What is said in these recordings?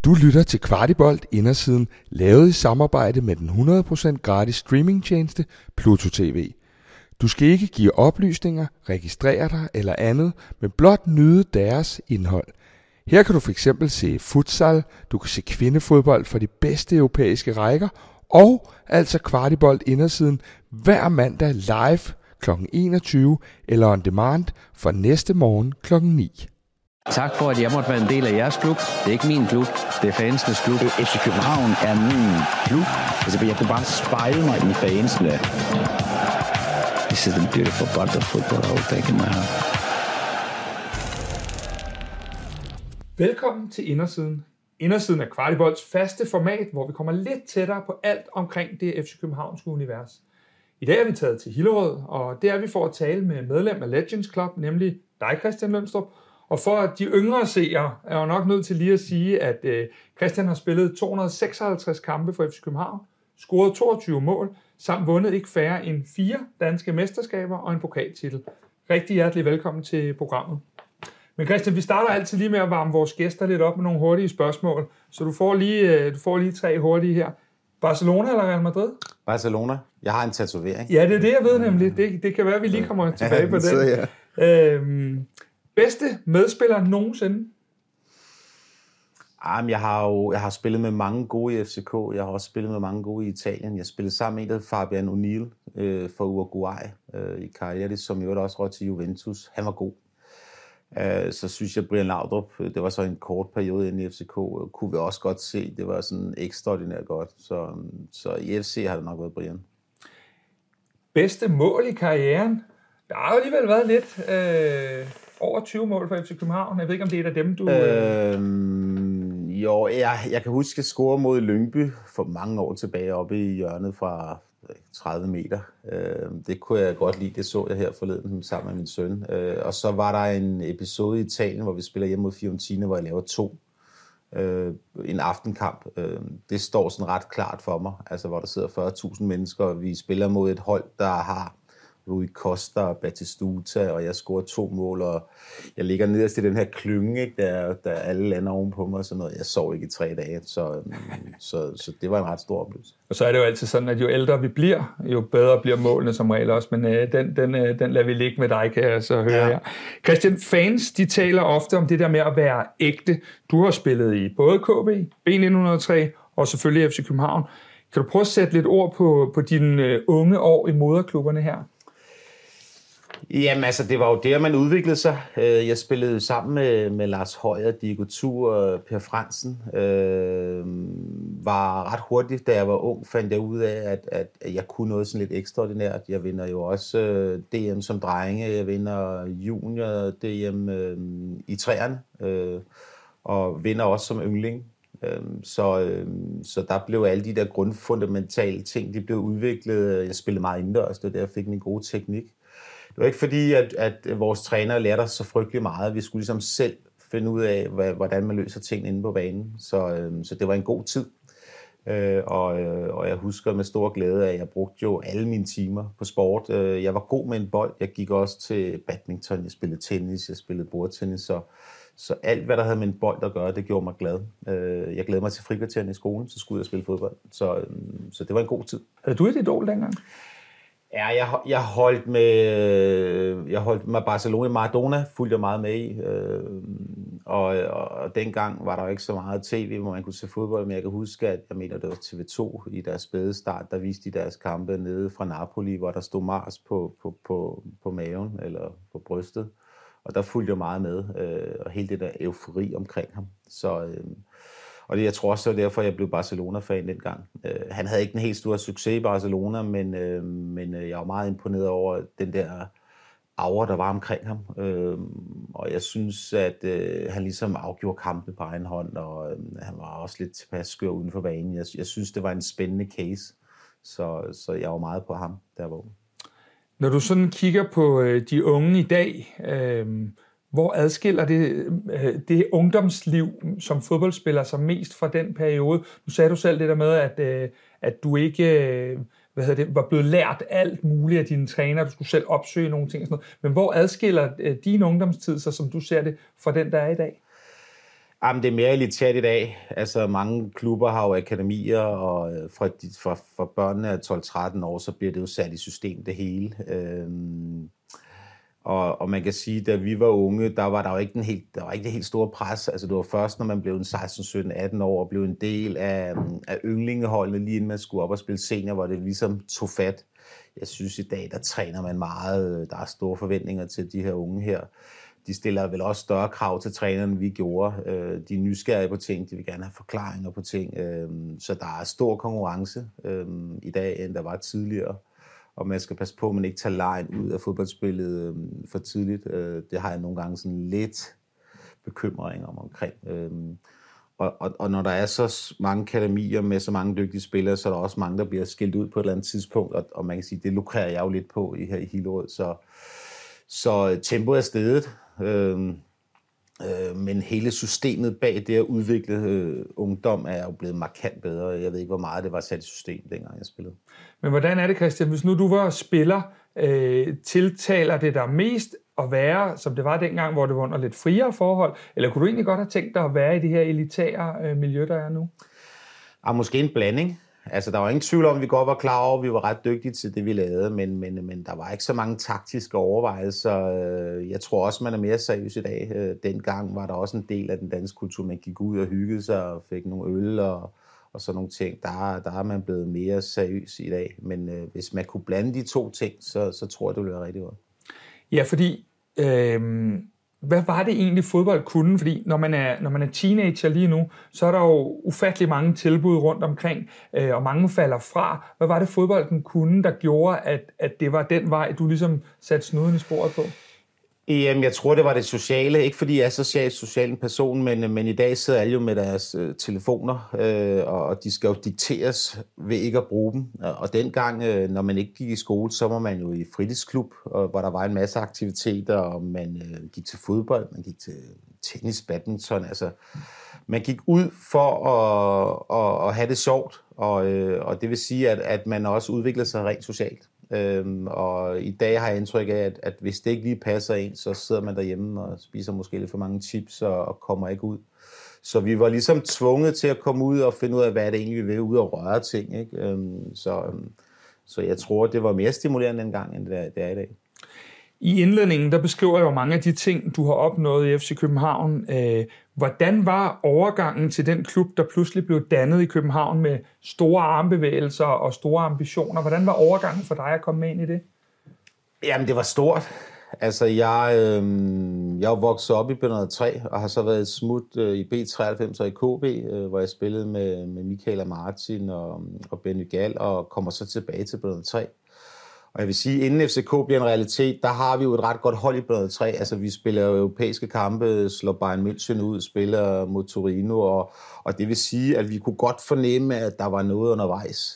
Du lytter til Kvartibolt Indersiden, lavet i samarbejde med den 100% gratis streamingtjeneste Pluto TV. Du skal ikke give oplysninger, registrere dig eller andet, men blot nyde deres indhold. Her kan du fx se futsal, du kan se kvindefodbold for de bedste europæiske rækker, og altså Kvartibolt Indersiden hver mandag live kl. 21 eller on demand for næste morgen kl. 9. Tak for, at jeg måtte være en del af jeres klub. Det er ikke min klub, det er fansenes klub. FC København er min klub. Altså, jeg kunne bare spejle mig i fansene. This is the beautiful part of football I will take in my heart. Velkommen til Indersiden. Indersiden er Kvartibolts faste format, hvor vi kommer lidt tættere på alt omkring det FC Københavnske univers. I dag er vi taget til Hillerød, og det er vi for at tale med medlem af Legends Club, nemlig dig, Christian Lønstrup. Og for at de yngre seere er jo nok nødt til lige at sige, at Christian har spillet 256 kampe for FC København, scoret 22 mål, samt vundet ikke færre end 4 danske mesterskaber og en pokaltitel. Rigtig hjertelig velkommen til programmet. Men Christian, vi starter altid lige med at varme vores gæster lidt op med nogle hurtige spørgsmål, så du får lige 3 hurtige her. Barcelona eller Real Madrid? Barcelona. Jeg har en tatovering. Ja, det er det, jeg ved nemlig. Det kan være, at vi lige kommer tilbage på den. Bedste medspiller nogensinde? Jeg har spillet med mange gode i FCK. Jeg har også spillet med mange gode i Italien. Jeg spillede sammen med en, der hed Fabian O'Neill for Uruguay i karriere, som jo også røg til Juventus. Han var god. Så synes jeg, Brian Laudrup, det var så en kort periode inde i FCK, kunne vi også godt se. Det var sådan ekstraordinært godt. Så i FC har det nok været Brian. Bedste mål i karrieren? Der har jo alligevel været lidt... over 20 mål for FC København. Jeg ved ikke, om det er et af dem, du... Jo, jeg kan huske, at jeg scorede mod Lyngby for mange år tilbage oppe i hjørnet fra 30 meter. Det kunne jeg godt lide. Det så jeg her forleden sammen med min søn. Og så var der en episode i Italien, hvor vi spiller hjemme mod Fiorentina, hvor jeg laver 2. En aftenkamp. Det står sådan ret klart for mig. Altså, hvor der sidder 40.000 mennesker, og vi spiller mod et hold, der har Rui Costa og Batistuta, og jeg scorer 2 mål, og jeg ligger nederst i den her klynge, ikke, der alle lander ovenpå mig og sådan noget. Jeg sov ikke i 3 dage, så det var en ret stor oplevelse. Og så er det jo altid sådan, at jo ældre vi bliver, jo bedre bliver målene som regel også, men den lader vi ligge med dig, kan jeg så høre her. Christian, fans, de taler ofte om det der med at være ægte. Du har spillet i både KB, B1903 og selvfølgelig FC København. Kan du prøve at sætte lidt ord på dine unge år i moderklubberne her? Jamen altså, det var jo der, man udviklede sig. Jeg spillede sammen med Lars Højer, Diego Tur og Per Fransen. Var ret hurtigt, da jeg var ung, fandt jeg ud af, at jeg kunne noget sådan lidt ekstraordinært. Jeg vinder jo også DM som drenge, jeg vinder junior DM i 3'erne, og vinder også som yngling. Så der blev alle de der grundfundamentale ting, de blev udviklet. Jeg spillede meget indendørs, det var der, jeg fik min gode teknik. Det var ikke fordi, at vores træner lærte os så frygtelig meget. Vi skulle ligesom selv finde ud af, hvordan man løser tingene inde på banen. Så det var en god tid. Og jeg husker med stor glæde, at jeg brugte jo alle mine timer på sport. Jeg var god med en bold. Jeg gik også til badminton. Jeg spillede tennis. Jeg spillede bordtennis. Så alt, hvad der havde med en bold at gøre, det gjorde mig glad. Jeg glædede mig til frikvartererne i skolen, så skulle jeg spille fodbold. Så det var en god tid. Havde du et idol dengang? Ja, jeg holdt med Barcelona. Maradona fulgte jeg meget med i. Og dengang var der jo ikke så meget tv, hvor man kunne se fodbold, men jeg kan huske, at jeg mener, det var TV2 i deres spæde start, der viste de deres kampe nede fra Napoli, hvor der stod Mars på maven eller på brystet. Og der fulgte jeg meget med, og hele det der eufori omkring ham. Og det, jeg tror også, det var derfor, jeg blev Barcelona-fan dengang. Han havde ikke den helt store succes i Barcelona, men jeg var meget imponeret over den der aura, der var omkring ham. Og jeg synes, at han ligesom afgjorde kampe på egen hånd, og han var også lidt tilpas skør uden for banen. Jeg synes, det var en spændende case, så jeg var meget på ham, der var. Når du sådan kigger på de unge i dag, hvor adskiller det ungdomsliv som fodboldspiller sig mest fra den periode? Nu sagde du selv det der med, at du ikke var blevet lært alt muligt af dine træner, du skulle selv opsøge nogle ting og sådan noget. Men hvor adskiller din ungdomstid sig, som du ser det, fra den, der er i dag? Jamen, det er mere elitært i dag. Altså, mange klubber har jo akademier, og fra børnene af 12-13 år, så bliver det jo sat i system det hele. Og man kan sige, da vi var unge, der var der jo ikke det helt store pres. Altså, det var først, når man blev en 16, 17, 18 år og blev en del af ynglingeholdene, lige inden man skulle op og spille senior, hvor det ligesom tog fat. Jeg synes, i dag, der træner man meget. Der er store forventninger til de her unge her. De stiller vel også større krav til trænerne, end vi gjorde. De er nysgerrige på ting, de vil gerne have forklaringer på ting. Så der er stor konkurrence i dag, end der var tidligere. Og man skal passe på, at man ikke tager lejen ud af fodboldspillet for tidligt. Det har jeg nogle gange sådan lidt bekymring omkring. Og når der er så mange akademier med så mange dygtige spillere, så er der også mange, der bliver skilt ud på et eller andet tidspunkt. Og man kan sige, det lukrer jeg jo lidt på her i Hillerød. Så tempoet er steget. Men hele systemet bag det at udvikle ungdom er jo blevet markant bedre. Jeg ved ikke, hvor meget det var sat i system, dengang jeg spillede. Men hvordan er det, Christian? Hvis nu du var spiller, tiltaler det dig mest at være, som det var dengang, hvor det var under lidt friere forhold? Eller kunne du egentlig godt have tænkt dig at være i det her elitære miljø, der er nu? Måske en blanding. Altså, der var ingen tvivl om, at vi godt var klar over, at vi var ret dygtige til det, vi lavede, men der var ikke så mange taktiske overvejelser. Jeg tror også, man er mere seriøs i dag. Dengang var der også en del af den danske kultur, man gik ud og hyggede sig og fik nogle øl og sådan nogle ting. Der er man blevet mere seriøs i dag, men hvis man kunne blande de to ting, så tror jeg, det ville være rigtig godt. Ja, fordi... Hvad var det egentlig fodbold kunne? Fordi når man er teenager lige nu, så er der jo ufattelig mange tilbud rundt omkring, og mange falder fra. Hvad var det fodbolden kunne, der gjorde, at det var den vej, du ligesom satte snuden i sporet på? Jamen, jeg tror, det var det sociale. Ikke fordi jeg er så social en person, men i dag sidder alle jo med deres telefoner, og de skal jo dikteres ved ikke at bruge dem. Og dengang, når man ikke gik i skole, så var man jo i fritidsklub, hvor der var en masse aktiviteter, og man gik til fodbold, man gik til tennis, badminton. Altså, man gik ud for at have det sjovt, og det vil sige, at man også udvikler sig rent socialt. Og i dag har jeg indtryk af, at hvis det ikke lige passer ind, så sidder man derhjemme og spiser måske lidt for mange chips og kommer ikke ud. Så vi var ligesom tvunget til at komme ud og finde ud af, hvad det egentlig vi vil, ud og røre ting. Ikke? Så jeg tror, det var mere stimulerende dengang, end det er i dag. I indledningen, der beskriver jeg jo mange af de ting, du har opnået i FC København. Hvordan var overgangen til den klub, der pludselig blev dannet i København med store armbevægelser og store ambitioner? Hvordan var overgangen for dig at komme med ind i det? Jamen, det var stort. Altså, jeg er vokset op i B103 og har så været et smut i B93 og i KB, hvor jeg spillede med Michael og Martin og Benny Gall, og kommer så tilbage til B103. Og jeg vil sige, inden FCK bliver en realitet, der har vi jo et ret godt hold i B103. Altså, vi spiller jo europæiske kampe, slår Bayern München ud, spiller mod Torino, og det vil sige, at vi kunne godt fornemme, at der var noget undervejs.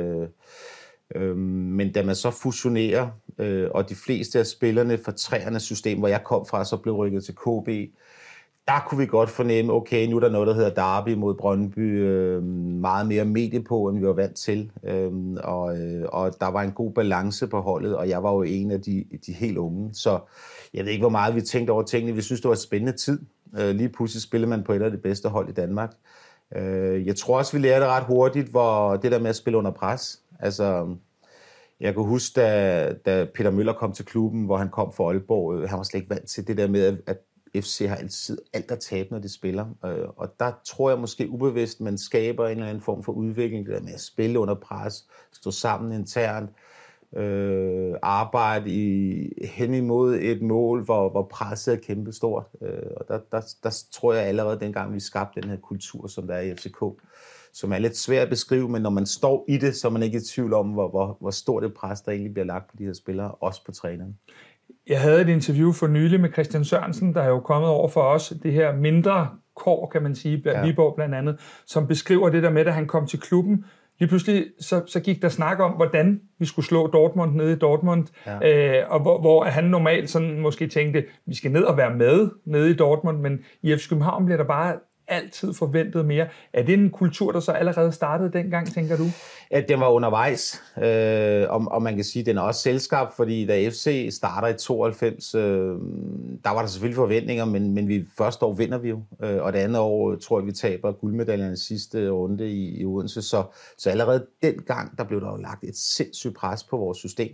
Men da man så fusionerer, og de fleste af spillerne fra træernes system, hvor jeg kom fra, så blev rykket til KB, der kunne vi godt fornemme, okay, nu er der noget, der hedder derby mod Brøndby, meget mere medie på, end vi var vant til. Og der var en god balance på holdet, og jeg var jo en af de helt unge. Så jeg ved ikke, hvor meget vi tænkte over tingene. Vi synes, det var en spændende tid. Lige pludselig spillede man på et af de bedste hold i Danmark. Jeg tror også, vi lærte ret hurtigt, hvor det der med at spille under pres. Altså, jeg kan huske, da Peter Møller kom til klubben, hvor han kom fra Aalborg, han var slet ikke vant til det der med, at FC har altid alt at tabe, når de spiller. Og der tror jeg måske ubevidst, man skaber en eller anden form for udvikling, det der med at spille under pres, stå sammen internt, arbejde hen imod et mål, hvor presset er kæmpestort. Og der tror jeg allerede dengang, vi skabte den her kultur, som der er i FCK, som er lidt svært at beskrive, men når man står i det, så er man ikke i tvivl om, hvor stort et pres, der egentlig bliver lagt på de her spillere, også på træneren. Jeg havde et interview for nylig med Christian Sørensen, der er jo kommet over for os, det her mindre kår, kan man sige, blandt Viborg blandt andet, som beskriver det der med, at han kom til klubben. Lige pludselig så gik der snak om, hvordan vi skulle slå Dortmund nede i Dortmund, og hvor han normalt sådan måske tænkte, vi skal ned og være med nede i Dortmund, men i FC København bliver der bare altid forventet mere. Er det en kultur, der så allerede startede dengang, tænker du? Ja, den var undervejs, og man kan sige, at den er også selskab, fordi da FC starter i 92, der var der selvfølgelig forventninger, men vi første år vinder vi jo, og det andet år tror jeg, vi taber guldmedaljerne i sidste runde i Odense, så allerede dengang, der blev der jo lagt et sindssygt pres på vores system.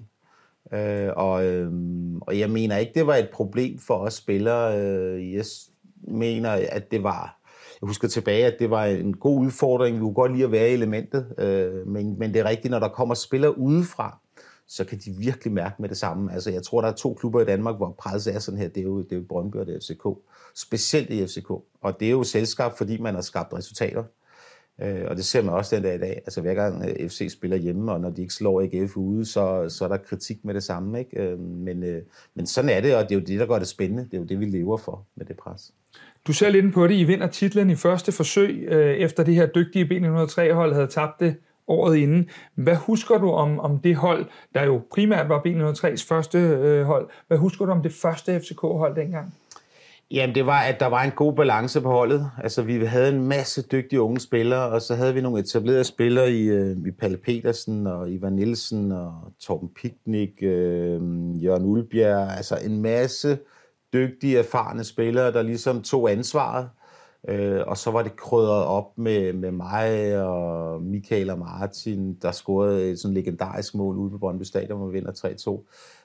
Og jeg mener ikke, det var et problem for os spillere. Jeg mener, at det var... Jeg husker tilbage, at det var en god udfordring. Vi kunne godt lide at være i elementet. Men det er rigtigt, når der kommer spillere udefra, så kan de virkelig mærke med det samme. Altså, jeg tror, der er 2 klubber i Danmark, hvor presset er sådan her. Det er jo Brøndby og det er FCK. Specielt i FCK. Og det er jo selskab, fordi man har skabt resultater. Og det ser man også den dag i dag. Altså hver gang FC spiller hjemme, og når de ikke slår AGF ude, så er der kritik med det samme. Ikke? Men sådan er det, og det er jo det, der gør det spændende. Det er jo det, vi lever for med det pres. Du ser lidt på det. I vinder titlen i første forsøg, efter det her dygtige B903-hold havde tabt det året inden. Hvad husker du om det hold, der jo primært var B903's første hold? Hvad husker du om det første FCK-hold dengang? Jamen, det var, at der var en god balance på holdet. Altså, vi havde en masse dygtige unge spillere, og så havde vi nogle etablerede spillere i Palle Petersen og Ivan Nielsen og Torben Picnic, Jørgen Ulbjerg. Altså, en masse dygtige, erfarne spillere, der ligesom tog ansvaret. Og så var det krydret op med mig og Michael og Martin, der scorede et sådan legendarisk mål ude på Brøndby Stadion, hvor vi vinder 3-2.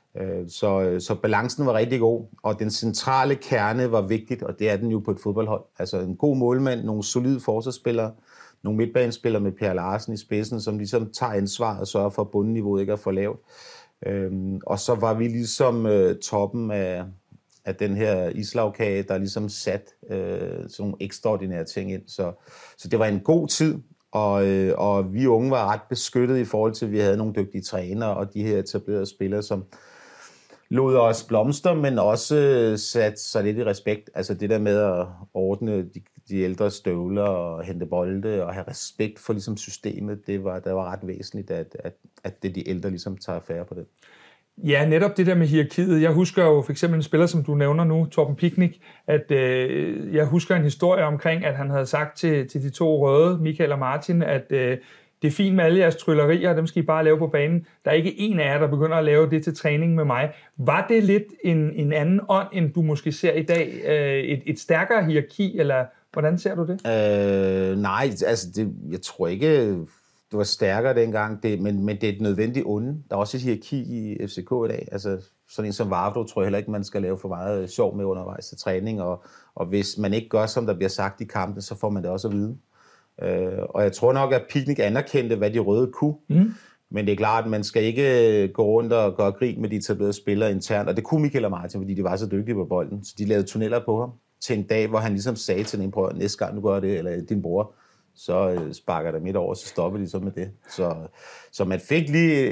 Så balancen var rigtig god, og den centrale kerne var vigtigt, og det er den jo på et fodboldhold. Altså en god målmand, nogle solide forsvarsspillere, nogle midtbanespillere med Per Larsen i spidsen, som ligesom tager ansvar og sørger for, at bundniveauet ikke er for lavt. Og så var vi ligesom toppen af den her islagkage, der ligesom sat sådan nogle ekstraordinære ting ind. Så det var en god tid, og vi unge var ret beskyttet i forhold til, at vi havde nogle dygtige trænere og de her etablerede spillere, som lod os blomster, men også sat sig lidt i respekt. Altså det der med at ordne de ældre støvler og hente bolde og have respekt for ligesom systemet, det var ret væsentligt, at det de ældre ligesom tager affære på det. Ja, netop det der med hierarkiet. Jeg husker jo for eksempel en spiller, som du nævner nu, Torben Picnic, at jeg husker en historie omkring, at han havde sagt til de 2 røde, Michael og Martin, at det er fint med alle jeres tryllerier, dem skal I bare lave på banen. Der er ikke en af jer, der begynder at lave det til træning med mig. Var det lidt en anden ånd, end du måske ser i dag? Et stærkere hierarki, eller hvordan ser du det? Nej, altså jeg tror ikke, det var stærkere dengang, men det er et nødvendigt onde. Der er også et hierarki i FCK i dag. Altså sådan en som Vavro tror jeg heller ikke, man skal lave for meget sjov med undervejs til træning, og hvis man ikke gør, som der bliver sagt i kampen, så får man det også at vide. Og jeg tror nok, at Picnic anerkendte, hvad de røde kunne. Men det er klart, at man skal ikke gå rundt og gøre grin med de etablerede spillere internt. Og det kunne Michael og Martin, fordi de var så dygtige på bolden. Så de lavede tunneller på ham til en dag, hvor han ligesom sagde til den prøv, næste gang du gør det, eller din bror, så sparker der midt over, så stopper de så med det. Så man fik lige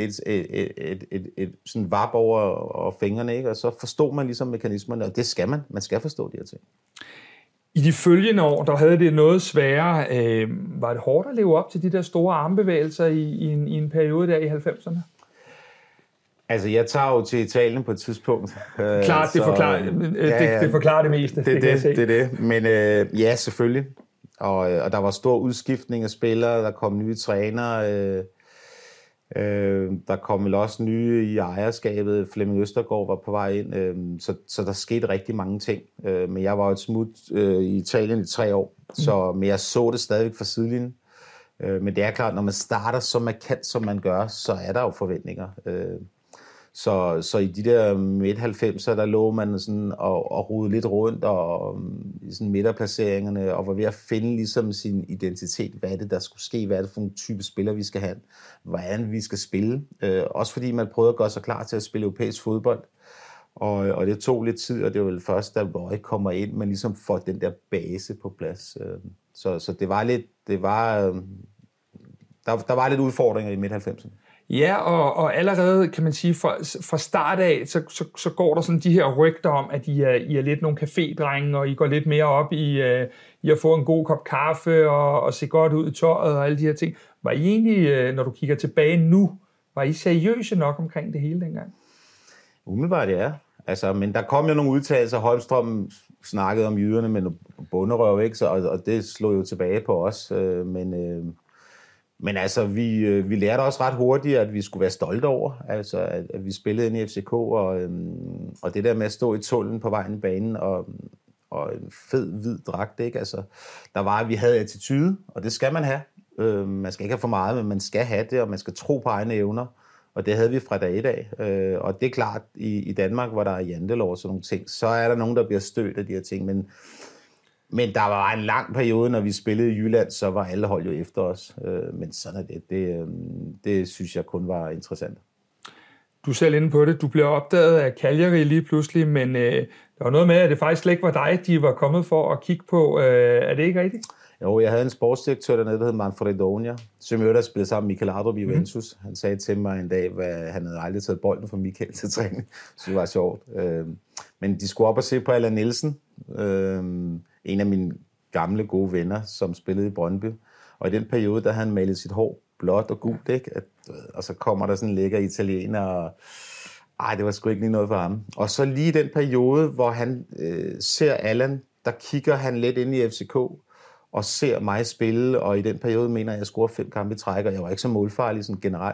et sådan vap over fingrene, ikke? Og så forstod man ligesom mekanismerne, og det skal man. Man skal forstå de her ting. I de følgende år, der havde det noget sværere. Var det hårdt at leve op til de der store armbevægelser i en periode der i 90'erne? Altså, jeg tager jo til Italien på et tidspunkt. Klart, det forklarer det meste. Det er det. Men ja, selvfølgelig. Og der var stor udskiftning af spillere, der kom nye trænere, der kom vel også nye i ejerskabet. Flemming Østergaard var på vej ind, så der skete rigtig mange ting. Men jeg var jo et smut i Italien i 3 år, men jeg så det stadigvæk fra sidelinjen. Men det er klart, når man starter så markant, som man gør, så er der jo forventninger. Så i de der midt-90'er, der lå man sådan og rode lidt rundt og i sådan midterplaceringerne og var ved at finde ligesom sin identitet. Hvad er det, der skulle ske? Hvad er det for en type spiller, vi skal have? Hvordan vi skal spille? Også fordi man prøvede at gøre sig klar til at spille europæisk fodbold. Og det tog lidt tid, og det var vel først, da Roy kommer ind, man ligesom får den der base på plads. Så det var lidt... Der var lidt udfordringer i midt-90'erne. Ja, og allerede, kan man sige, fra start af, så går der sådan de her rygter om, at I er lidt nogle cafédrenge, og I går lidt mere op i at få en god kop kaffe og se godt ud i tøjet og alle de her ting. Var I egentlig, når du kigger tilbage nu, var I seriøse nok omkring det hele dengang? Umiddelbart ja. Altså, men der kom jo nogle udtalelser. Holmstrøm snakkede om jyderne med noget bunderøv, ikke? Og det slog jo tilbage på os. Men altså, vi lærte også ret hurtigt, at vi skulle være stolte over, altså at vi spillede ind i FCK, og det der med at stå i tunnelen på vejen i banen, og en fed, hvid dragt, ikke? Altså, der var, at vi havde attitude, og det skal man have. Man skal ikke have for meget, men man skal have det, og man skal tro på egne evner. Og det havde vi fra dag i dag. Og det er klart, i Danmark, hvor der er jantelov og sådan nogle ting, så er der nogen, der bliver stødt af de her ting. Men der var en lang periode, når vi spillede i Jylland, så var alle hold jo efter os. Men sådan er det. Det synes jeg kun var interessant. Du er selv inde på det. Du blev opdaget af Cagliari lige pludselig, men der var noget med, at det faktisk slet ikke var dig, de var kommet for at kigge på. Er det ikke rigtigt? Jo, jeg havde en sportsdirektør dernede, der hed Manfredonia, som jo der spillede sammen med Michael Laudrup i Juventus. Han sagde til mig en dag, at han havde aldrig taget bolden fra Michael til træning. Så det var sjovt. Men de skulle op og se på Allan Nielsen, en af mine gamle gode venner, som spillede i Brøndby. Og i den periode, der han malet sit hår blåt og gult, ikke? Og så kommer der sådan en lækker italiener, og det var sgu ikke lige noget for ham. Og så lige i den periode, hvor han ser Allan, der kigger han lidt ind i FCK, og ser mig spille, og i den periode mener jeg, at jeg scorede 5 kampe i træk, og jeg var ikke så målfarlig sådan generelt.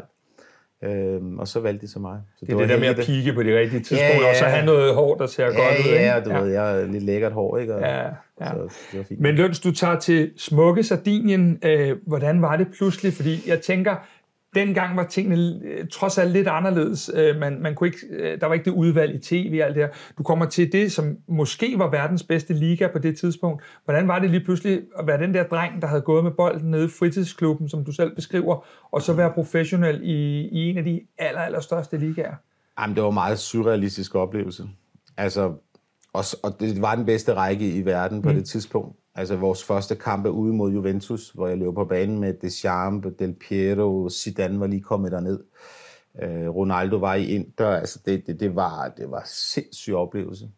Og så valgte de så mig. Så det er det der med at pigge på de rigtige tidspunkter, og så have noget hår, der ser godt ud. Ja, du ved, jeg er lidt lækkert hår, ikke? Ja. Så det var fint. Men Løns, du tager til smukke Sardinien. Hvordan var det pludselig? Fordi jeg tænker, dengang var tingene trods alt lidt anderledes. Man kunne ikke, der var ikke det udvalg i tv og alt det her. Du kommer til det, som måske var verdens bedste liga på det tidspunkt. Hvordan var det lige pludselig at være den der dreng, der havde gået med bolden nede i fritidsklubben, som du selv beskriver, og så være professionel i en af de allerstørste ligaer? Jamen, det var en meget surrealistisk oplevelse. Altså, og det var den bedste række i verden på det tidspunkt. Altså vores første kamp ude mod Juventus, hvor jeg løb på banen med Deschamps, Del Piero, Zidane var lige kommet derned. Ronaldo var i Inter. Altså det var en sindssyg oplevelse.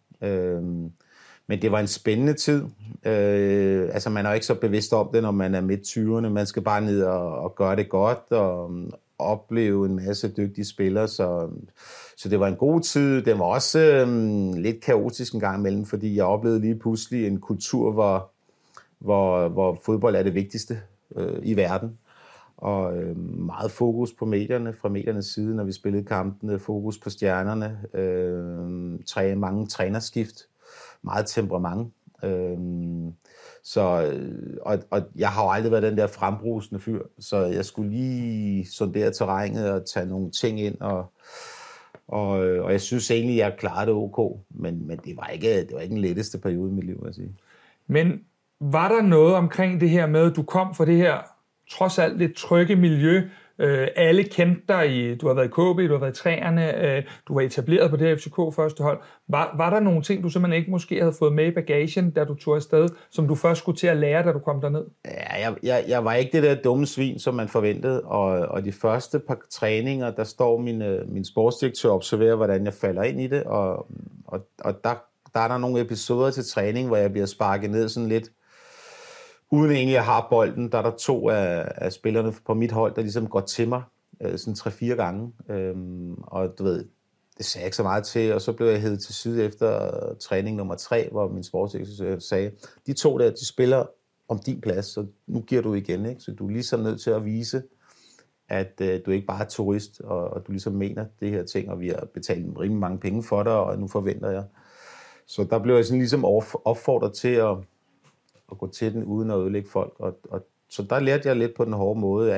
Men det var en spændende tid. Altså man er jo ikke så bevidst om det, når man er midt 20'erne. Man skal bare ned og gøre det godt og opleve en masse dygtige spillere. Så det var en god tid. Det var også lidt kaotisk en gang imellem, fordi jeg oplevede lige pludselig en kultur, hvor fodbold er det vigtigste i verden. Og meget fokus på medierne, fra mediernes side, når vi spillede kampene. Fokus på stjernerne. Mange trænerskift. Meget temperament. Og jeg har jo aldrig været den der frembrusende fyr, så jeg skulle lige sondere terrænet og tage nogle ting ind, og jeg synes egentlig, jeg klarede det ok, men det var ikke den letteste periode i mit liv, vil jeg sige. Men var der noget omkring det her med, at du kom fra det her trods alt lidt trygge miljø? Alle kendte dig, du har været i KB, du har været i træerne, du var etableret på det her FCK første hold. Var der nogle ting, du simpelthen ikke måske havde fået med i bagagen, da du tog afsted, som du først skulle til at lære, da du kom derned? Ja, jeg var ikke det der dumme svin, som man forventede, og de første par træninger, der står min sportsdirektør og observerer, hvordan jeg falder ind i det, og der er der nogle episoder til træning, hvor jeg bliver sparket ned sådan lidt, uden egentlig at have bolden. Der er der 2 af spillerne på mit hold, der ligesom går til mig sådan 3-4 gange. Og du ved, det sagde jeg ikke så meget til, og så blev jeg hævet til side efter træning nummer 3, hvor min sportsdirektør sagde, de 2 der, de spiller om din plads, så nu giver du igen, ikke? Så du er ligesom nødt til at vise, at du ikke bare er turist, og du ligesom mener det her ting, og vi har betalt rimelig mange penge for dig, og nu forventer jeg. Så der blev jeg sådan ligesom opfordret til at gå til den uden at ødelægge folk. Og så der lærte jeg lidt på den hårde måde,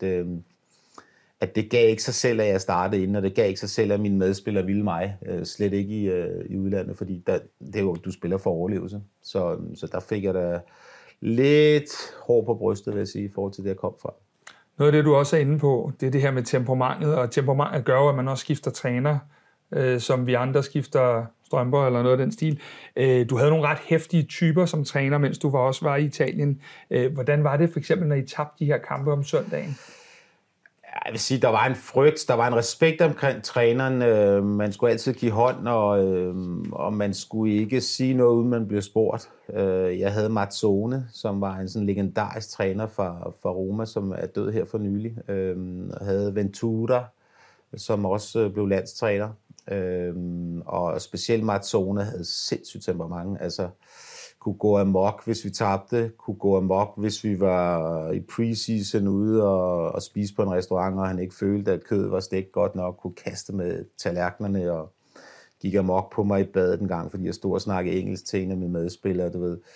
at det gav ikke sig selv, at jeg startede inden, og det gav ikke sig selv, at mine medspillere ville mig. Slet ikke i udlandet, fordi det er jo, du spiller for overlevelse. Så der fik jeg da lidt hår på brystet, vil jeg sige, i forhold til det, jeg kom fra. Noget af det, du også er inde på, det er det her med temperamentet, og temperamentet gør jo, at man også skifter træner, som vi andre skifter strømper eller noget af den stil. Du havde nogle ret heftige typer som træner, mens du også var i Italien. Hvordan var det for eksempel, når I tabte de her kampe om søndagen? Jeg vil sige, der var en frygt, der var en respekt omkring træneren. Man skulle altid give hånd, og man skulle ikke sige noget, uden man blev spurgt. Jeg havde Mazzone, som var en sådan legendarisk træner fra Roma, som er død her for nylig. Jeg havde Ventura, som også blev landstræner. Og specielt Mazzone havde sindssygt temperament. Altså, kunne gå amok, hvis vi tabte, kunne gå amok, hvis vi var i preseason ude og spise på en restaurant, og han ikke følte, at kødet var stegt godt nok, kunne kaste med tallerkenerne og gik amok på mig i badet en gang, fordi jeg stod og snakkede engelsk til en af mine medspillere, du ved.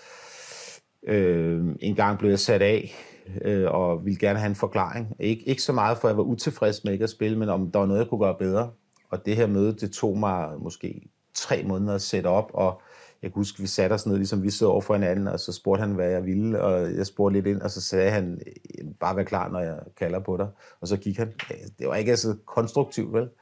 En gang blev jeg sat af, og ville gerne have en forklaring. Ikke så meget, for jeg var utilfreds med ikke at spille, men om der var noget, jeg kunne gøre bedre. Og det her møde, det tog mig måske 3 måneder at sætte op, og jeg kan huske, vi satte os ned, ligesom vi sidder over for hinanden, og så spurgte han, hvad jeg ville, og jeg spurgte lidt ind, og så sagde han, bare vær klar, når jeg kalder på dig. Og så gik han. Det var ikke så konstruktivt, vel?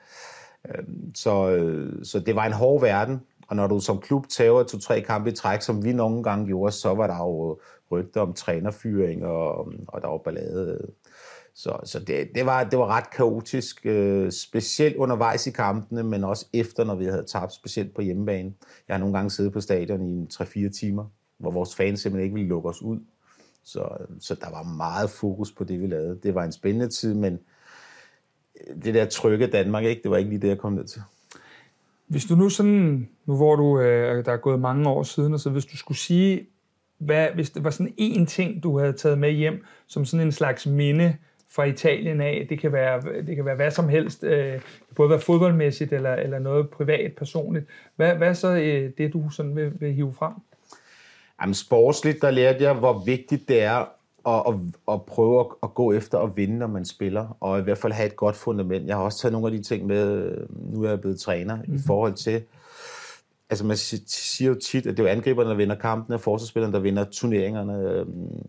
Så det var en hård verden, og når du som klub tager 2-3 kampe i træk, som vi nogle gange gjorde, så var der jo rygter om trænerfyring, og der var ballade. Så det var ret kaotisk, specielt undervejs i kampene, men også efter, når vi havde tabt, specielt på hjemmebane. Jeg har nogle gange siddet på stadion i 3-4 timer, hvor vores fans simpelthen ikke ville lukke os ud. Så der var meget fokus på det, vi lavede. Det var en spændende tid, men det der trygge Danmark, ikke, det var ikke lige det, jeg kom ned til. Hvis du nu hvor der er gået mange år siden, og så hvis du skulle sige, hvis det var sådan en ting, du havde taget med hjem, som sådan en slags minde fra Italien af, det kan være hvad som helst, det kan både være fodboldmæssigt eller noget privat, personligt. Hvad er så det, du sådan vil hive frem? Jamen sportsligt, der lærte jeg, hvor vigtigt det er at prøve at gå efter at vinde, når man spiller, og i hvert fald have et godt fundament. Jeg har også taget nogle af de ting med, nu er jeg blevet træner, i forhold til, altså man siger jo tit, at det er jo angriberne, der vinder kampene, og forsvarsspillerne, der vinder turneringerne,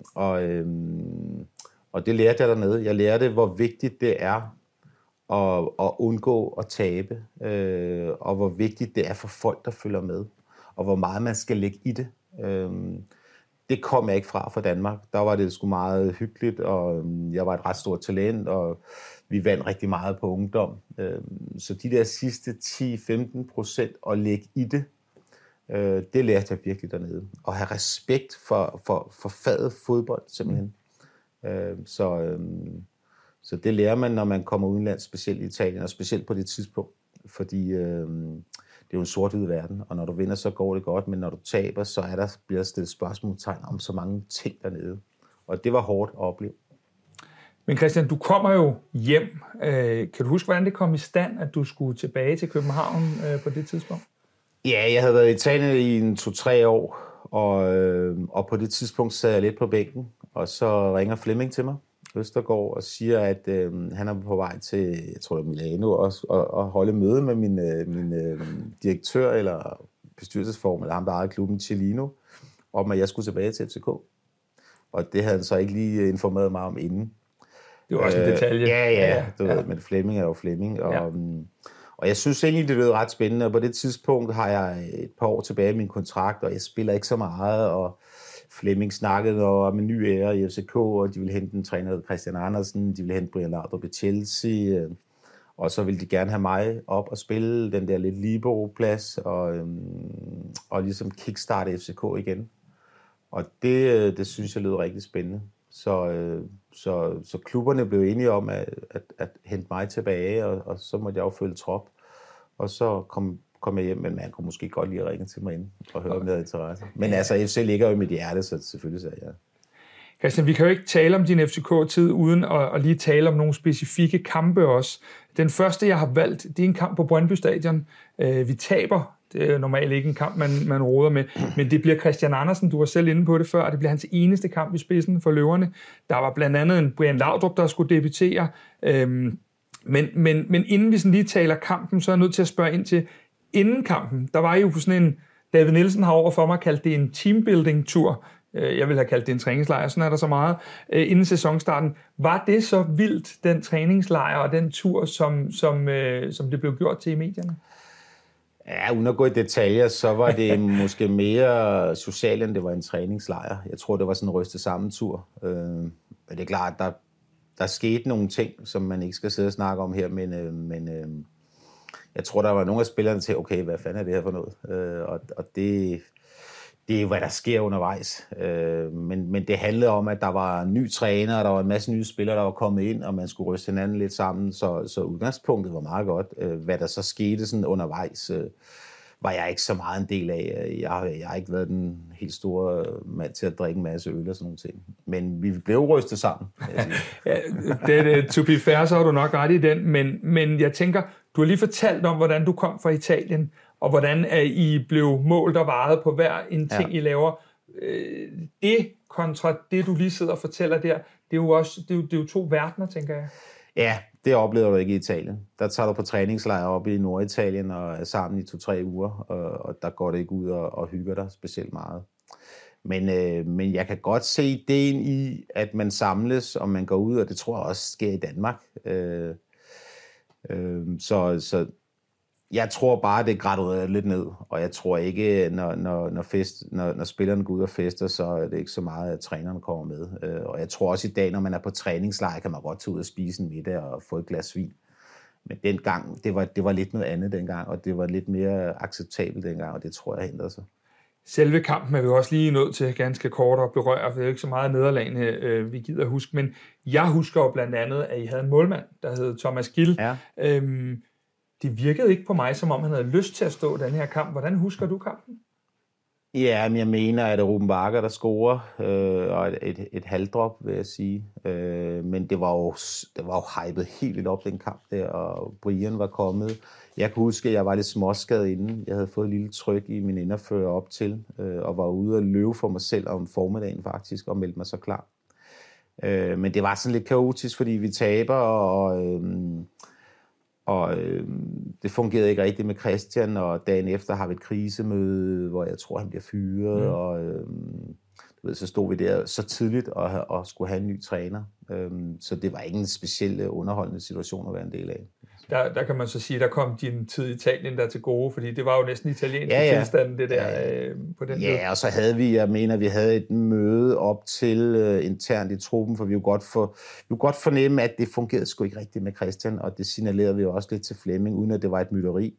og det lærte jeg dernede. Jeg lærte, hvor vigtigt det er at undgå at tabe, og hvor vigtigt det er for folk, der følger med, og hvor meget man skal lægge i det. Det kom jeg ikke fra Danmark. Der var det sgu meget hyggeligt, og jeg var et ret stort talent, og vi vandt rigtig meget på ungdom. Så de der sidste 10-15% at lægge i det, det lærte jeg virkelig dernede. Og have respekt for faget fodbold, simpelthen. Så det lærer man, når man kommer udenlands, specielt i Italien, og specielt på det tidspunkt. Fordi det er jo en sort-hvid verden, og når du vinder, så går det godt, men når du taber, så bliver der stillet spørgsmålstegn om så mange ting dernede. Og det var hårdt at opleve. Men Christian, du kommer jo hjem. Kan du huske, hvordan det kom i stand, at du skulle tilbage til København på det tidspunkt? Ja, jeg havde været i Italien i 2-3 år, og på det tidspunkt sad jeg lidt på bænken, og så ringer Flemming til mig, Østergaard, og siger, at han er på vej til, jeg tror det er Milano, og holde møde med min direktør eller bestyrelsesformand, eller ham, der ejede klubben, Cellino, om at jeg skulle tilbage til FCK. Og det havde han så ikke lige informeret mig om inden. Det var også en detalje. Ja. Ved, men Flemming er jo Flemming, og jeg synes egentlig, det lød ret spændende, og på det tidspunkt har jeg et par år tilbage i min kontrakt, og jeg spiller ikke så meget, og Flemming snakkede om en ny ære i FCK, og de ville hente en træner, Christian Andersen, de ville hente Brian Laudrup i Chelsea, og så ville de gerne have mig op og spille den der lidt libero-plads, og ligesom kickstarte FCK igen. Og det synes jeg lød rigtig spændende. Så klubberne blev enige om at hente mig tilbage, og så måtte jeg jo følge trop. Og så kom jeg hjem, men man kunne måske godt lige ringe til mig ind og høre, om jeg havde interesse. Men altså, FC ligger jo i mit hjerte, så selvfølgelig sagde jeg. Christian, vi kan jo ikke tale om din FCK-tid uden at lige tale om nogle specifikke kampe også. Den første, jeg har valgt, det er en kamp på Brøndby Stadion. Vi taber. Det er normalt ikke en kamp, man roder med, men det bliver Christian Andersen, du var selv inde på det før, og det bliver hans eneste kamp i spidsen for Løverne. Der var blandt andet en Brian Laudrup, der skulle debutere. Men inden vi sådan lige taler kampen, så er jeg nødt til at spørge ind til, inden kampen, der var jo sådan en, David Nielsen har over for mig kaldt det en teambuilding-tur. Jeg vil have kaldt det en træningslejr, sådan er der så meget, inden sæsonstarten. Var det så vildt, den træningslejr og den tur, som det blev gjort til i medierne? Ja, uden at gå i detaljer, så var det måske mere socialt, end det var en træningslejr. Jeg tror, det var sådan en rystet sammen tur. Men det er klart, at der skete nogle ting, som man ikke skal sidde og snakke om her, men jeg tror, der var nogle af spillerne til, okay, hvad fanden er det her for noget? Og det Det er jo, hvad der sker undervejs. Men det handlede om, at der var ny træner, og der var en masse nye spillere, der var kommet ind, og man skulle ryste hinanden lidt sammen, så udgangspunktet var meget godt. Hvad der så skete sådan undervejs, var jeg ikke så meget en del af. Jeg har ikke været den helt store mand til at drikke en masse øl og sådan nogle ting. Men vi blev rystet sammen. Ja, to be fair, så har du nok ret i den, men jeg tænker, du har lige fortalt om, hvordan du kom fra Italien, og hvordan I blev målt og varet på hver en ting, I laver. Det kontra det, du lige sidder og fortæller der, det er jo også det er jo to verdener, tænker jeg. Ja, det oplever du ikke i Italien. Der tager du på træningslejr oppe i Norditalien og er sammen i 2-3 uger, og der går det ikke ud og hygger dig specielt meget. Men jeg kan godt se ideen i, at man samles, og man går ud, og det tror jeg også sker i Danmark. Så jeg tror bare, det graduerer lidt ned, og jeg tror ikke, når spillerne går ud og fester, så er det ikke så meget, at trænerne kommer med. Og jeg tror også i dag, når man er på træningslejr, kan man godt tage ud og spise en middag og få et glas vin. Men dengang, det var lidt noget andet dengang, og det var lidt mere acceptabelt dengang, og det tror jeg ændrede sig. Selve kampen er vi også lige nødt til ganske kort at berøre, for det er jo ikke så meget nederlagene, vi gider huske, men jeg husker jo blandt andet, at I havde en målmand, der hed Thomas Gill. Ja. Det virkede ikke på mig, som om han havde lyst til at stå den her kamp. Hvordan husker du kampen? Ja, men jeg mener, at det er Ruben Bakker, der scorer, og et halvdrop, vil jeg sige. Men det var jo hypet helt vildt op, den kamp der, og Brian var kommet. Jeg kan huske, at jeg var lidt småskadet inden. Jeg havde fået et lille tryk i min inderføre op til, og var ude og løbe for mig selv om formiddagen faktisk, og meldte mig så klar. Men det var sådan lidt kaotisk, fordi vi taber, og det fungerede ikke rigtigt med Christian, og dagen efter har vi et krisemøde, hvor jeg tror, han bliver fyret, og så stod vi der så tidligt og skulle have en ny træner. Så det var ikke en speciel underholdende situation at være en del af. Der kan man så sige, der kom din tid i Italien der til gode, fordi det var jo næsten italiensk tilstand, det der på den måde. Ja, og så havde vi havde et møde op til internt i truppen, for vi kunne godt fornemme, at det fungerede sgu ikke rigtigt med Christian, og det signalerede vi jo også lidt til Flemming, uden at det var et mytteri.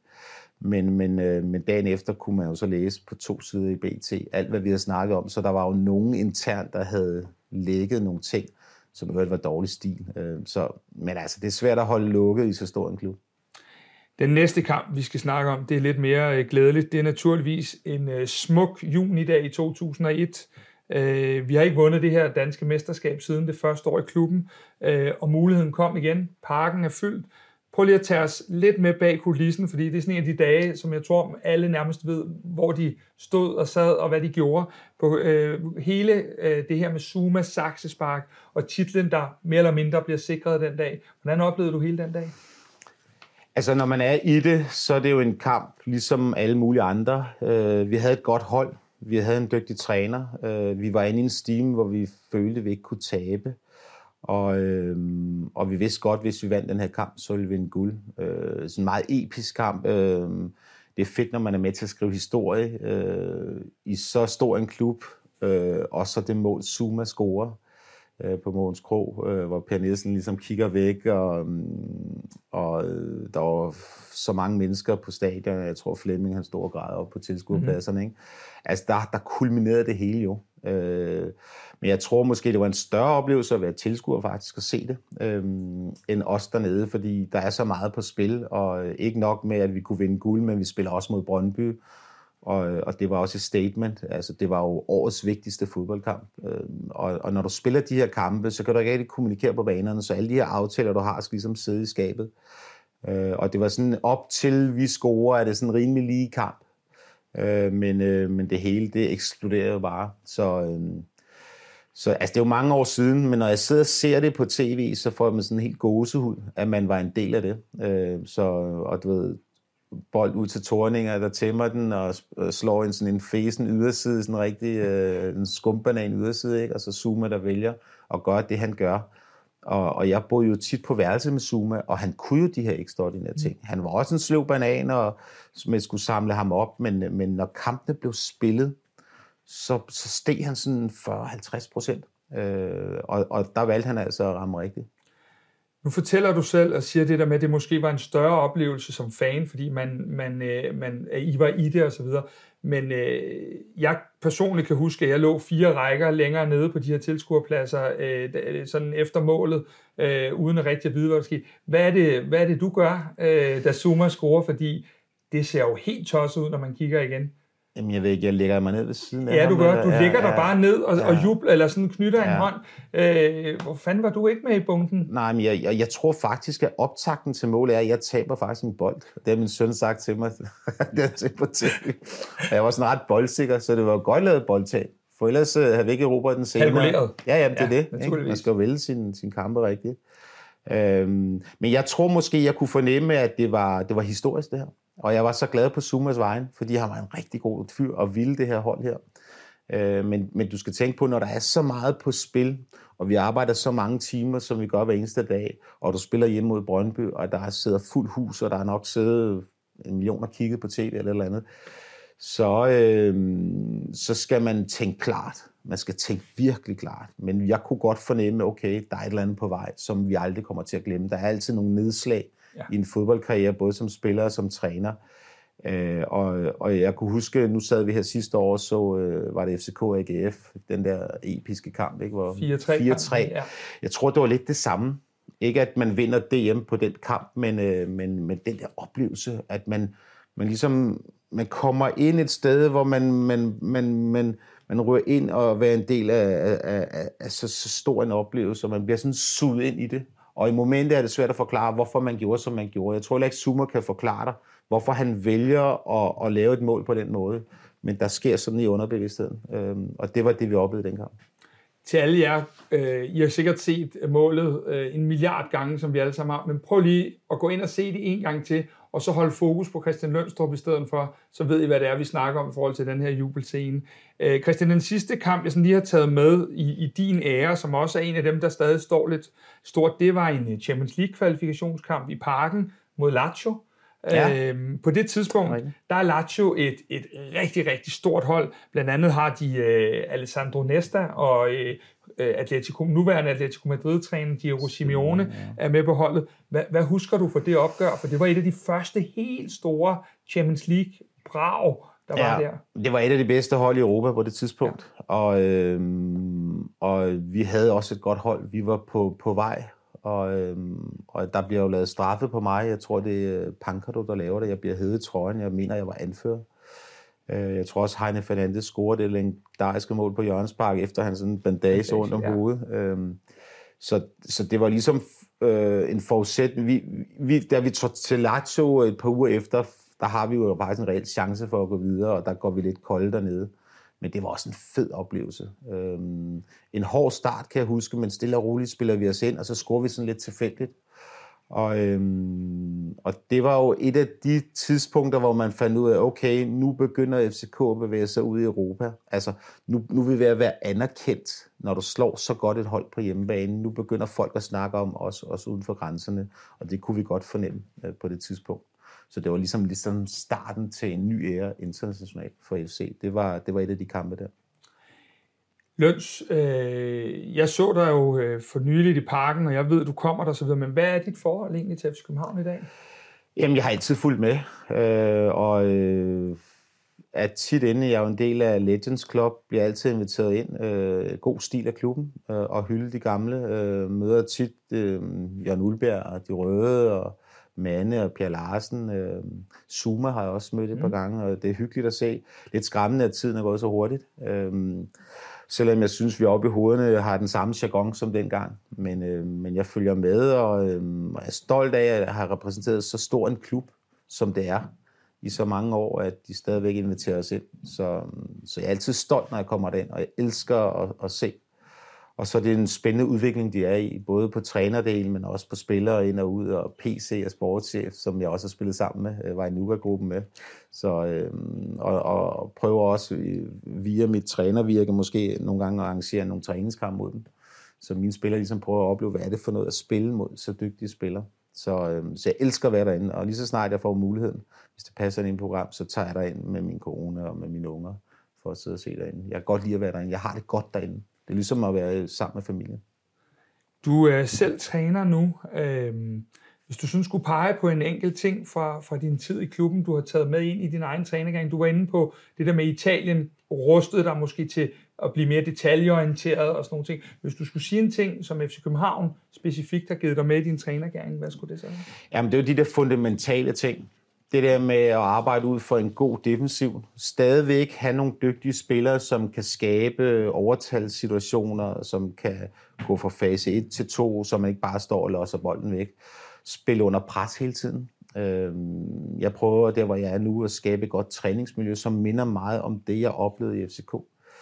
Men dagen efter kunne man jo så læse på 2 sider i BT, alt hvad vi havde snakket om, så der var jo nogen internt, der havde lækket nogle ting, som jo var dårlig stil. Men altså, det er svært at holde lukket i så stor en klub. Den næste kamp, vi skal snakke om, det er lidt mere glædeligt. Det er naturligvis en smuk junidag i 2001. Vi har ikke vundet det her danske mesterskab siden det første år i klubben, og muligheden kom igen. Parken er fyldt. Prøv lige at tage os lidt med bag kulissen, fordi det er sådan en af de dage, som jeg tror, alle nærmest ved, hvor de stod og sad, og hvad de gjorde. På hele det her med Zuma, saksespark og titlen, der mere eller mindre bliver sikret den dag. Hvordan oplevede du hele den dag? Altså, når man er i det, så er det jo en kamp, ligesom alle mulige andre. Vi havde et godt hold. Vi havde en dygtig træner. Vi var inde i en stime, hvor vi følte, at vi ikke kunne tabe. Og vi vidste godt, hvis vi vandt den her kamp, så ville vi vinde guld. Sådan en meget episk kamp. Det er fedt, når man er med til at skrive historie i så stor en klub. Og så det mål, Zuma scorer på Mogens Krog, hvor Per Nielsen ligesom kigger væk, og der var så mange mennesker på stadion. Jeg tror, Flemming han stod og græd op på tilskuerpladserne. Ikke? Altså, der kulminerede det hele jo. Men jeg tror måske, det var en større oplevelse at være tilskuer faktisk at se det, end os dernede, fordi der er så meget på spil, og ikke nok med, at vi kunne vinde guld, men vi spiller også mod Brøndby, og det var også et statement. Altså, det var jo årets vigtigste fodboldkamp, og når du spiller de her kampe, så kan du ikke rigtig kommunikere på banerne, så alle de her aftaler, du har, skal ligesom sidde i skabet. Og det var sådan, op til vi scorer, er det sådan en rimelig lige kamp. Men det hele, det eksploderer jo bare. Så altså, det er jo mange år siden, men når jeg sidder og ser det på tv, så får man sådan en helt gåsehud, at man var en del af det. Og du ved, bold ud til Thorninger, der tæmmer den og slår en sådan en fesen yderside, sådan en rigtig en skumbanan yderside, ikke? Og så Zuma, der vælger at gøre det, han gør. Og jeg boede jo tit på værelse med Zuma, og han kunne jo de her ekstraordinære ting. Han var også en sløv banan, og man skulle samle ham op, men når kampene blev spillet, så steg han sådan 40-50%. Og der valgte han altså at ramme rigtigt. Nu fortæller du selv og siger det der med, at det måske var en større oplevelse som fan, fordi I var i det og så videre. Men jeg personligt kan huske, at jeg lå 4 rækker længere nede på de her tilskuerpladser, sådan efter målet, uden at rigtig at vide, hvad der skete. Hvad er det, du gør, da Zouma scorer? Fordi det ser jo helt tosset ud, når man kigger igen. Jamen, jeg ved ikke, jeg lægger mig ned ved siden af ham. Ja, du gør. Du ligger der bare ned og jubler, eller sådan knytter en hånd. Hvor fanden var du ikke med i bunken? Nej, men jeg tror faktisk, at optakten til målet er, at jeg taber faktisk en bold. Det har min søn sagt til mig. Det har jeg set på TV. Og jeg var sådan ret boldsikker, så det var godt lavet boldtab. For ellers havde vi ikke erobret den senere. Kalkuleret. Ja, det er det. Man skal jo vælge sin kampe rigtigt. Men jeg tror måske, jeg kunne fornemme, at det var historisk det her. Og jeg var så glad på Zoumas vejen, fordi han var en rigtig god fyr og ville det her hold her. Men du skal tænke på, når der er så meget på spil, og vi arbejder så mange timer, som vi gør hver eneste dag, og du spiller hjemme mod Brøndby, og der sidder fuld hus, og der er nok siddet 1 million og kigget på tv eller andet, så skal man tænke klart. Man skal tænke virkelig klart. Men jeg kunne godt fornemme, okay, der er et eller andet på vej, som vi aldrig kommer til at glemme. Der er altid nogle nedslag i en fodboldkarriere, både som spiller og som træner. Og jeg kunne huske, nu sad vi her sidste år, så var det FCK og AGF, den der episke kamp, ikke? Hvor 4-3. Ja. Jeg tror, det var lidt det samme. Ikke at man vinder DM på den kamp, men den der oplevelse, at man ligesom man kommer ind et sted, hvor man rører ind og være en del af så stor en oplevelse, og man bliver sådan suget ind i det. Og i momentet er det svært at forklare, hvorfor man gjorde, som man gjorde. Jeg tror heller ikke, Zouma kan forklare dig, hvorfor han vælger at lave et mål på den måde. Men der sker sådan i underbevidstheden. Og det var det, vi oplevede dengang. Til alle jer, I har sikkert set målet 1 milliard gange, som vi alle sammen har. Men prøv lige at gå ind og se det en gang til, og så holde fokus på Christian Lønstrup i stedet for, så ved I, hvad det er, vi snakker om i forhold til den her jubelscene. Christian, den sidste kamp, jeg sådan lige har taget med i din ære, som også er en af dem, der stadig står lidt stort, det var en Champions League-kvalifikationskamp i Parken mod Lazio. Ja. På det tidspunkt, der er Lazio et rigtig, rigtig stort hold. Blandt andet har de Alessandro Nesta og nuværende Atletico Madrid-træner Diego Simeone er med på holdet. Hvad husker du for det opgør? For det var et af de første helt store Champions League-brag, der var der. Det var et af de bedste hold i Europa på det tidspunkt. Ja. Og vi havde også et godt hold. Vi var på vej. Og der bliver jo lavet straffe på mig. Jeg tror, det er Pancado, der laver det. Jeg bliver hævet i trøjen. Jeg mener, jeg var anfører. Jeg tror også, Heine Fernandes scorede det legendariske mål på Jørgenspark, efter han sådan en bandage rundt om hovedet. Så det var ligesom en forudsætning. Da vi tog til Lazio et par uger efter, der har vi jo faktisk en reel chance for at gå videre, og der går vi lidt kolde dernede. Men det var også en fed oplevelse. En hård start, kan jeg huske, men stille og roligt spiller vi os ind, og så scorer vi sådan lidt tilfældigt. Og det var jo et af de tidspunkter, hvor man fandt ud af, okay, nu begynder FCK at bevæge sig ud i Europa. Altså, nu vil vi være anerkendt, når du slår så godt et hold på hjemmebane. Nu begynder folk at snakke om os, også uden for grænserne, og det kunne vi godt fornemme på det tidspunkt. Så det var ligesom starten til en ny æra internationalt for FC. Det var et af de kampe der. Løns, jeg så dig jo for nyligt i Parken, og jeg ved, du kommer der så videre, men hvad er dit forhold egentlig til FC København i dag? Jamen, jeg har altid fulgt med, og er tit inde. Jeg er jo en del af Legends Club, bliver altid inviteret ind. God stil af klubben, og hylde de gamle. Møder tit Jørgen Ulbjerg og De Røde, og Manne og Pierre Larsen. Zouma har jeg også mødt et par gange, og det er hyggeligt at se. Lidt skræmmende, at tiden er gået så hurtigt. Selvom jeg synes, vi oppe i hovederne har den samme jargon som dengang. Men jeg følger med, og er stolt af at have repræsenteret så stor en klub, som det er, i så mange år, at de stadigvæk inviterer os ind. Så jeg er altid stolt, når jeg kommer derind, og jeg elsker at se. Og så er det en spændende udvikling, de er i, både på trænerdelen, men også på spillere ind og ud, og PC og sportschef, som jeg også har spillet sammen med, var i Nuga-gruppen med. Så, og prøver også via mit trænervirke måske nogle gange at arrangere nogle træningskampe mod dem. Så mine spillere ligesom prøver at opleve, hvad er det for noget at spille mod så dygtige spillere. Så jeg elsker at være derinde, og lige så snart jeg får muligheden, hvis det passer ind i et program, så tager jeg derind med min kone og med mine unger for at sidde og se derinde. Jeg kan godt lide at være derinde. Jeg har det godt derinde. Det er ligesom at være sammen med familien. Du er selv træner nu. Hvis du sådan skulle pege på en enkelt ting fra din tid i klubben, du har taget med ind i din egen trænergang. Du var inde på det der med Italien, rustede dig måske til at blive mere detaljeorienteret og sådan nogle ting. Hvis du skulle sige en ting, som FC København specifikt har givet dig med i din trænergang, hvad skulle det så være? Jamen, det er jo de der fundamentale ting. Det der med at arbejde ud for en god defensiv. Stadigvæk have nogle dygtige spillere, som kan skabe overtalssituationer, som kan gå fra fase 1 til 2, så man ikke bare står og losser bolden væk. Spille under pres hele tiden. Jeg prøver, der hvor jeg er nu, at skabe et godt træningsmiljø, som minder meget om det, jeg oplevede i FCK.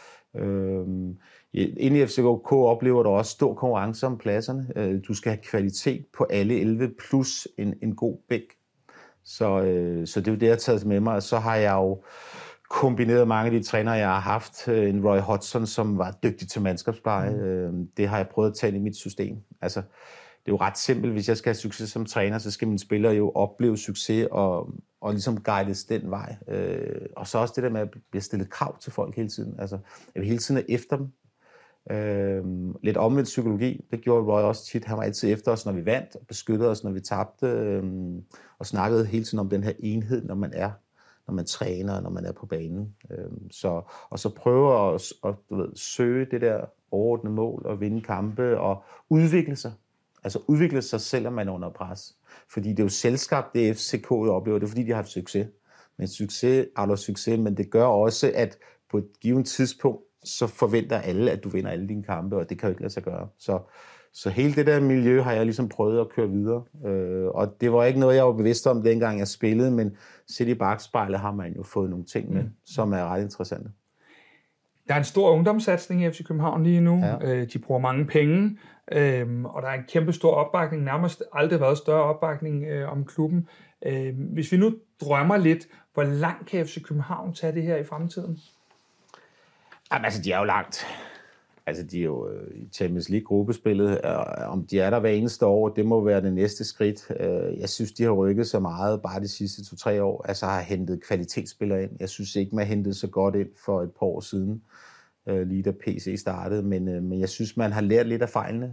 Inde i FCK oplever du også stor konkurrence om pladserne. Du skal have kvalitet på alle 11, plus en god bæk. Så det er jo det, jeg har taget med mig. Så har jeg jo kombineret mange af de trænere, jeg har haft. En Roy Hodgson, som var dygtig til mandskabspleje. Det har jeg prøvet at tage i mit system. Altså, det er jo ret simpelt. Hvis jeg skal have succes som træner, så skal mine spillere jo opleve succes og ligesom guides den vej. Og så også det der med at blive stillet krav til folk hele tiden. Altså, jeg vil hele tiden efter dem. Lidt omvendt psykologi, det gjorde Roy også tit. Han var altid efter os, når vi vandt, og beskyttede os, når vi tabte, og snakkede hele tiden om den her enhed, når man træner, når man er på banen. Og så prøve at søge det der overordnede mål, og vinde kampe, og udvikle sig. Altså udvikle sig, selvom man er under pres. Fordi det er jo selskab, det FCK oplever, det er fordi, de har haft succes. Men succes er succes, men det gør også, at på et givet tidspunkt, så forventer alle, at du vinder alle dine kampe, og det kan jo ikke lade sig gøre. Så hele det der miljø har jeg ligesom prøvet at køre videre. Og det var ikke noget, jeg var bevidst om, dengang jeg spillede, men set i bakspejlet har man jo fået nogle ting med, som er ret interessante. Der er en stor ungdomssatsning i FC København lige nu. Ja. De bruger mange penge, og der er en kæmpe stor opbakning. Nærmest aldrig været større opbakning om klubben. Hvis vi nu drømmer lidt, hvor langt kan FC København tage det her i fremtiden? Jamen, altså, de er jo langt. Altså, de er jo i Champions League-gruppespillet. Om de er der hver eneste år, det må være det næste skridt. Jeg synes, de har rykket så meget bare de sidste 2-3 år. Altså, har hentet kvalitetsspillere ind. Jeg synes ikke, man hentede så godt ind for et par år siden, lige da PC startede. Men jeg synes, man har lært lidt af fejlene.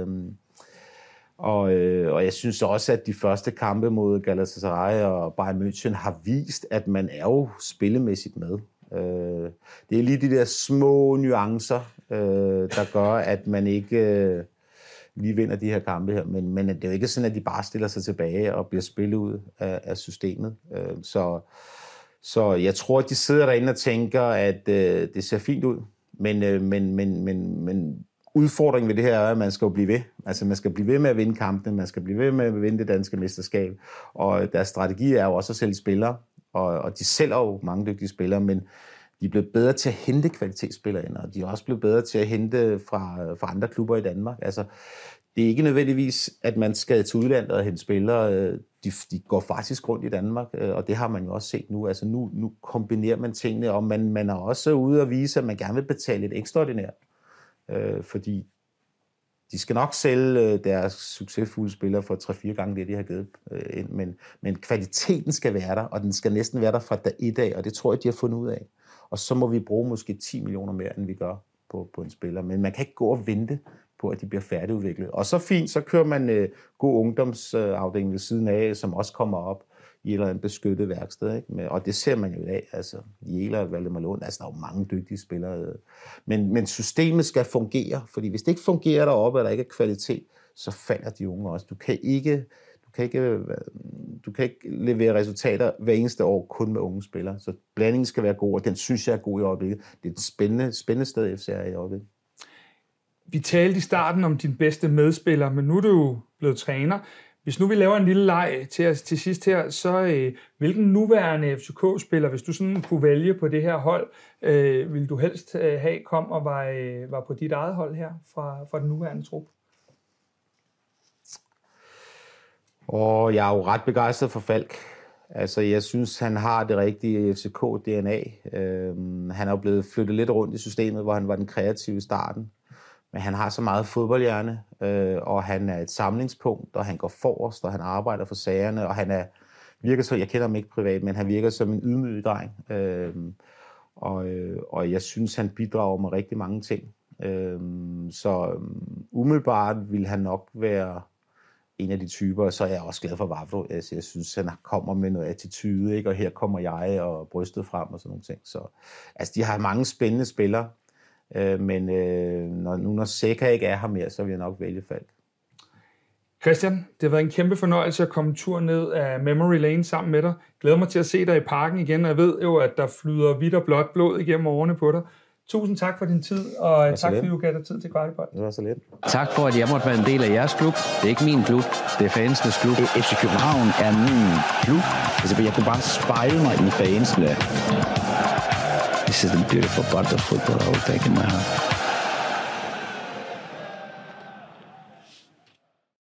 Og jeg synes også, at de første kampe mod Galatasaray og Bayern München har vist, at man er jo spillemæssigt med. Det er lige de der små nuancer, der gør, at man ikke lige vinder de her kampe her. Men det er jo ikke sådan, at de bare stiller sig tilbage og bliver spillet ud af systemet. Så jeg tror, at de sidder derinde og tænker, at det ser fint ud. Men udfordringen ved det her er, at man skal jo blive ved. Altså man skal blive ved med at vinde kampene, man skal blive ved med at vinde det danske mesterskab. Og deres strategi er jo også at sælge spillere. Og de sælger jo mange dygtige spillere, men de er blevet bedre til at hente kvalitetsspillere ind, og de er også blevet bedre til at hente fra andre klubber i Danmark. Altså, det er ikke nødvendigvis, at man skal til udlandet og hente spillere. De går faktisk rundt i Danmark, og det har man jo også set nu. Altså, nu kombinerer man tingene, og man er også ude at vise, at man gerne vil betale lidt ekstraordinært. Fordi de skal nok sælge deres succesfulde spillere for 3-4 gange det, de har givet ind. Men kvaliteten skal være der, og den skal næsten være der fra dag 1 af, og det tror jeg, de har fundet ud af. Og så må vi bruge måske 10 millioner mere, end vi gør på en spiller. Men man kan ikke gå og vente på, at de bliver færdigudviklet. Og så fint, så kører man god ungdomsafdeling ved siden af, som også kommer op i et eller andet beskyttet værksted. Ikke? Og det ser man jo i dag. Altså, Jæler og Valdemar Lund, altså der er jo mange dygtige spillere. Men systemet skal fungere, fordi hvis det ikke fungerer deroppe, og der ikke er kvalitet, så falder de unge også. Du kan ikke levere resultater hver eneste år kun med unge spillere. Så blandingen skal være god, og den synes jeg er god i øjeblikket. Det er et spændende sted, FC er i øjeblikket. Vi talte i starten om din bedste medspiller, men nu er du jo blevet træner. Hvis nu vi laver en lille leg til sidst her, så hvilken nuværende FCK-spiller, hvis du sådan kunne vælge på det her hold, vil du helst have kom og var på dit eget hold her fra den nuværende trup? Og jeg er jo ret begejstret for Falk. Altså, jeg synes, han har det rigtige FCK-DNA. Han er jo blevet flyttet lidt rundt i systemet, hvor han var den kreative i starten. Men han har så meget fodboldhjerne, og han er et samlingspunkt, og han går forrest, og han arbejder for sagerne, og han virker så, jeg kender ham ikke privat, men han virker som en ydmyg dreng. Og jeg synes, han bidrager med rigtig mange ting. Umiddelbart vil han nok være en af de typer, og så er jeg også glad for Vavro. Altså, jeg synes, han kommer med noget attitude, ikke? Og her kommer jeg og brystet frem og sådan nogle ting. Så, altså, de har mange spændende spillere, men når Zeca ikke er her mere, så vil jeg nok vælge Falk. Christian, det har været en kæmpe fornøjelse at komme en tur ned af Memory Lane sammen med dig. Glæder mig til at se dig i parken igen, og jeg ved jo, at der flyder hvidt og blåt blod igennem årene på dig. Tusind tak for din tid, og tak fordi du gav dig tid til Kvartibold. Det var så lidt. Tak for, at jeg måtte være en del af jeres klub. Det er ikke min klub, det er fansenes klub. FC København er min klub. Altså, jeg kunne bare spejle mig i fansene. This is the beautiful part of football I will take in my heart.